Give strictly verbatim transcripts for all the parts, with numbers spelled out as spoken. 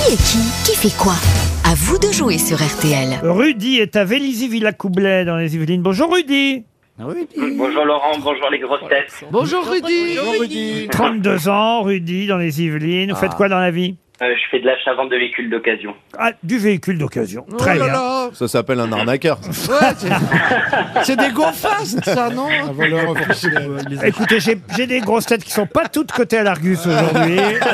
Qui est qui? Qui fait quoi? À vous de jouer sur R T L. Rudy est à Vélizy-Villacoublay dans les Yvelines. Bonjour Rudy. Rudy. Bonjour Laurent, bonjour les grosses têtes. Bonjour Rudy. Bonjour Rudy. trente-deux ans, Rudy, dans les Yvelines. Vous faites quoi dans la vie? Euh, je fais de l'achat-vente de véhicules d'occasion. Ah, du véhicule d'occasion. Très Oh là bien. là. Ça s'appelle un arnaqueur. Ouais, c'est- c'est des go fast, ça, non? Écoutez, j'ai j'ai des grosses têtes qui sont pas toutes cotées à l'Argus aujourd'hui.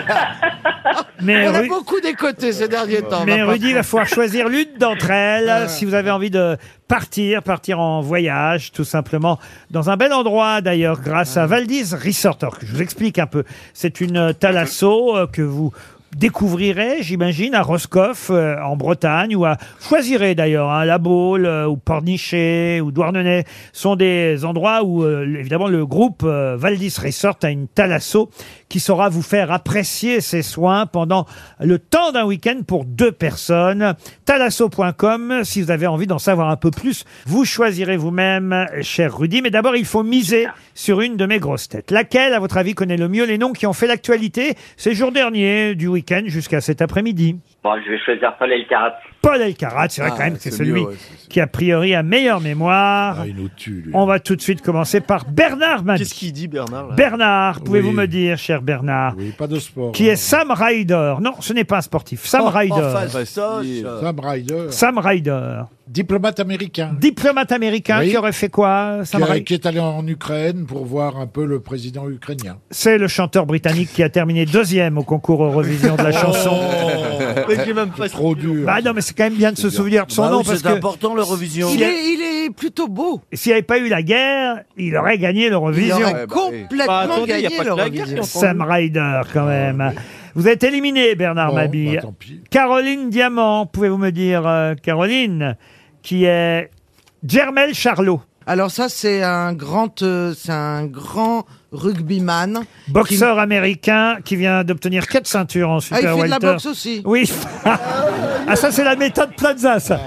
Mais, On a Ru- beaucoup décoté ces derniers temps. mais on va Rudy, il pas- va falloir choisir l'une d'entre elles si vous avez envie de partir, partir en voyage, tout simplement, dans un bel endroit d'ailleurs, grâce à Valdis Resort. Alors que je vous explique un peu. C'est une thalasso euh, que vous découvrirez, j'imagine, à Roscoff, euh, en Bretagne, ou à choisirez d'ailleurs, hein, La Baule, euh, ou Pornichet, ou Douarnenez, sont des endroits où, euh, évidemment, le groupe euh, Valdis Resort a une thalasso qui saura vous faire apprécier ses soins pendant le temps d'un week-end pour deux personnes. Thalasso point com, si vous avez envie d'en savoir un peu plus, vous choisirez vous-même, cher Rudy. Mais d'abord, il faut miser sur une de mes grosses têtes. Laquelle, à votre avis, connaît le mieux les noms qui ont fait l'actualité ces jours derniers, du week-end jusqu'à cet après-midi? Bon, je vais choisir Paul Elkarat. Paul Elkarat, c'est vrai Ah, quand même que c'est c'est celui mieux, ouais, c'est- qui a priori a meilleure mémoire. Ah, il nous tue, lui. On va tout de suite commencer par Bernard Mabie. Qu'est-ce qu'il dit, Bernard là Bernard, pouvez-vous Oui. me dire, cher Bernard, Oui, pas de sport. qui est hein. Sam Ryder? Non, ce n'est pas un sportif. Sam Oh, Ryder. enfin, facile. Sam Ryder, Sam Ryder. diplomate américain, Diplomate américain Oui. qui aurait fait quoi, qui, Sam a- Ryder? qui est allé en Ukraine pour voir un peu le président ukrainien. C'est le chanteur britannique qui a terminé deuxième au concours Eurovision de la chanson. C'est trop dur. Bah non, mais c'est quand même bien de se souvenir de son Bah nom oui, parce c'est que important l'Eurovision. Il est, il est plutôt beau. s'il n'y avait pas eu la guerre, il aurait gagné Il l'Eurovision. aurait Ouais, bah oui. complètement Bah, attendez, y a gagné pas que la guerre l'Eurovision. qui en Sam Ryder, quand même. Vous êtes éliminé, Bernard Bon, Mabille. bah, tant pis. Caroline Diamant, pouvez-vous me dire, euh, Caroline, qui est Jermel Charlot, Alors ça, c'est un grand, euh, c'est un grand rugbyman. boxeur américain qui vient d'obtenir quatre ceintures en Ah, il super fait de la welter. boxe aussi. Oui. Ah, ça, c'est la méthode Plaza, ça.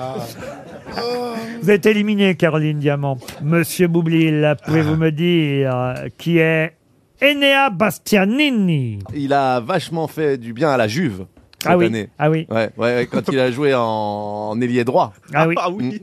Vous êtes éliminé, Caroline Diamant. Monsieur Boublil, pouvez-vous me dire euh, qui est Enea Bastianini? Il a vachement fait du bien à la Juve cette Ah oui. année. Ah oui. Ouais, ouais, ouais, quand il a joué en, en ailier droit. Ah oui. Ah oui.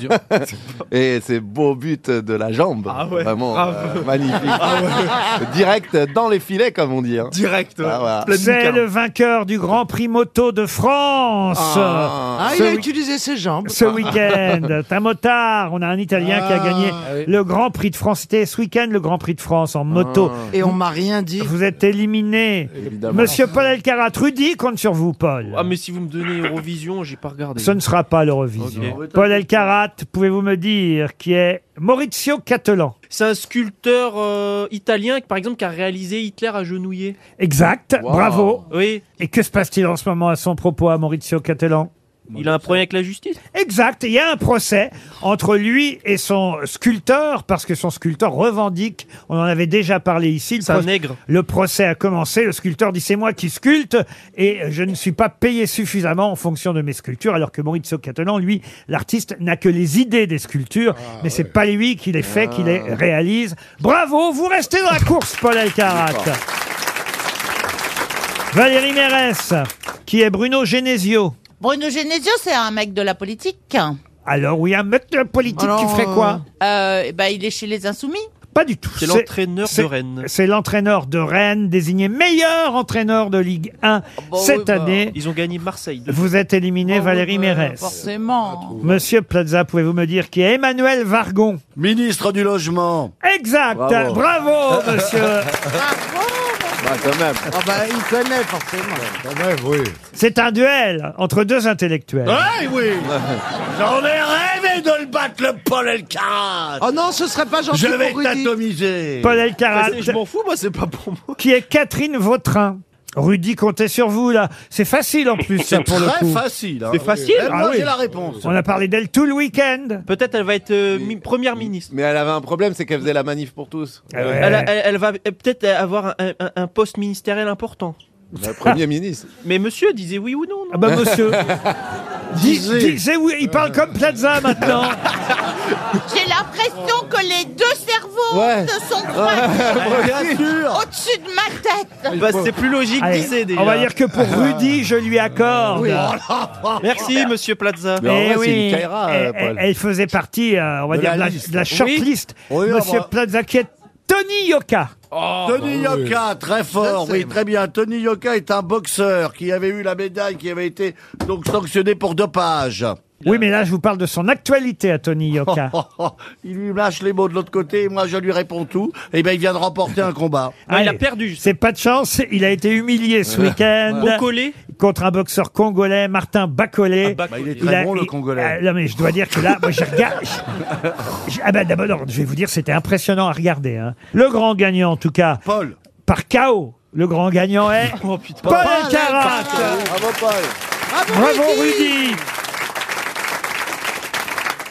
Et ces beaux buts de la jambe. Ah ouais. Vraiment Bravo. euh, magnifique. Direct dans les filets, comme on dit. hein. Direct. Ah, voilà. Pleine C'est lucarne. le vainqueur du Grand Prix moto de France. Ah. Ah, Ce il a week- utilisé ses jambes. Ce week-end, c'est un motard. On a un Italien qui a Ah, gagné oui. le Grand Prix de France. C'était ce week-end le Grand Prix de France en moto. Et on m'a rien dit. Vous êtes éliminé. Évidemment. Monsieur Paul Elkarat, Rudy compte sur vous, Paul. Ah mais si vous me donnez Eurovision, j'ai pas regardé. Ce ne sera pas l'Eurovision. Ok. Paul Elkarat, pouvez-vous me dire qui est Maurizio Cattelan? C'est un sculpteur euh, italien, par exemple, qui a réalisé Hitler agenouillé. Exact, Wow. bravo. Oui. Et que se passe-t-il en ce moment à son propos à Maurizio Cattelan? Il a un problème avec la justice. Exact, il y a un procès entre lui et son sculpteur, parce que son sculpteur revendique, on en avait déjà parlé ici, le, C'est un proc- nègre. le procès a commencé, le sculpteur dit c'est moi qui sculpte et je ne suis pas payé suffisamment en fonction de mes sculptures, alors que Maurizio Cattelan, lui, l'artiste, n'a que les idées des sculptures, mais c'est pas lui qui les fait, qui les réalise. Bravo, vous restez dans la course, Paul Elkarat. Valérie Mérès, qui est Bruno Genesio. Bruno Genesio, c'est un mec de la politique. Alors oui, un mec de la politique Alors, qui ferait quoi? Euh, eh ben, il est chez les Insoumis. Pas du tout. C'est l'entraîneur de c'est- Rennes. C'est l'entraîneur de Rennes, désigné meilleur entraîneur de Ligue un bah cette oui, bah. année. Ils ont gagné Marseille. Vous êtes éliminé, Oh, Valérie oui, bah, Mérès. Forcément. Monsieur Plaza, pouvez-vous me dire qui est Emmanuel Vargon? Ministre du Logement. Exact. Bravo. Bravo, monsieur. Bah, quand même. Ah bah, il connaît forcément. Quand même, oui. C'est un duel entre deux intellectuels. Oui, oui. J'en ai rêvé de le battre, le Paul Elkarat. Oh non, ce serait pas gentil Je vais pour Rudy. t'atomiser. Paul Elkarat, Je m'en fous, moi, c'est pas pour moi. qui est Catherine Vautrin. Rudy, comptez sur vous, là. C'est facile, en plus, ça, C'est pour le très coup. facile. hein. C'est facile. Même Ah moi, oui. j'ai la réponse. On a parlé d'elle tout le week-end. Peut-être elle va être euh, mi- première ministre. Mais elle avait un problème, c'est qu'elle faisait la manif pour tous. Ah ouais. Elle, a- elle- elle va euh, peut-être avoir un, un- un poste ministériel important. Le premier ministre. Mais monsieur disait oui ou non, non Ah bah, monsieur. Dis- Disait, oui, il parle comme Plaza maintenant. J'ai l'impression que les deux cerveaux Ouais. se sont croisés Bien sûr. au-dessus de ma tête. Bah, c'est plus logique, Allez, disait déjà. on va dire que pour Rudy, je lui accorde. Merci, monsieur Plaza. Mais en Eh vrai, c'est oui, une Kaira, elle, euh, Paul. elle faisait partie, euh, on va De dire, la de la, liste. de la shortlist. Oui, Monsieur bah- Plaza qui est Tony Yoka. Tony Yoka, très fort, Je sais, oui, très bien. Tony Yoka est un boxeur qui avait eu la médaille, qui avait été donc sanctionné pour dopage. Oui, mais là, je vous parle de son actualité à Tony Yoka. Il lui lâche les mots de l'autre côté, et moi je lui réponds tout. Et bien il vient de remporter un combat. Non, il a Allez, perdu. C'est pas de chance, il a été humilié ce week-end Bocolé. contre un boxeur congolais, Martin Bacolé. Ah, Bacolé. Bah, il est très a- bon, le il- Congolais. Ah, non, mais je dois dire que là, moi, j'ai regardé. j'ai- Ah ben d'abord, je vais vous dire, c'était impressionnant à regarder. hein. Le grand gagnant, en tout cas, Paul. par K O. Le grand gagnant est Oh putain. Paul Elkarat. Bravo Paul. Bravo Rudy.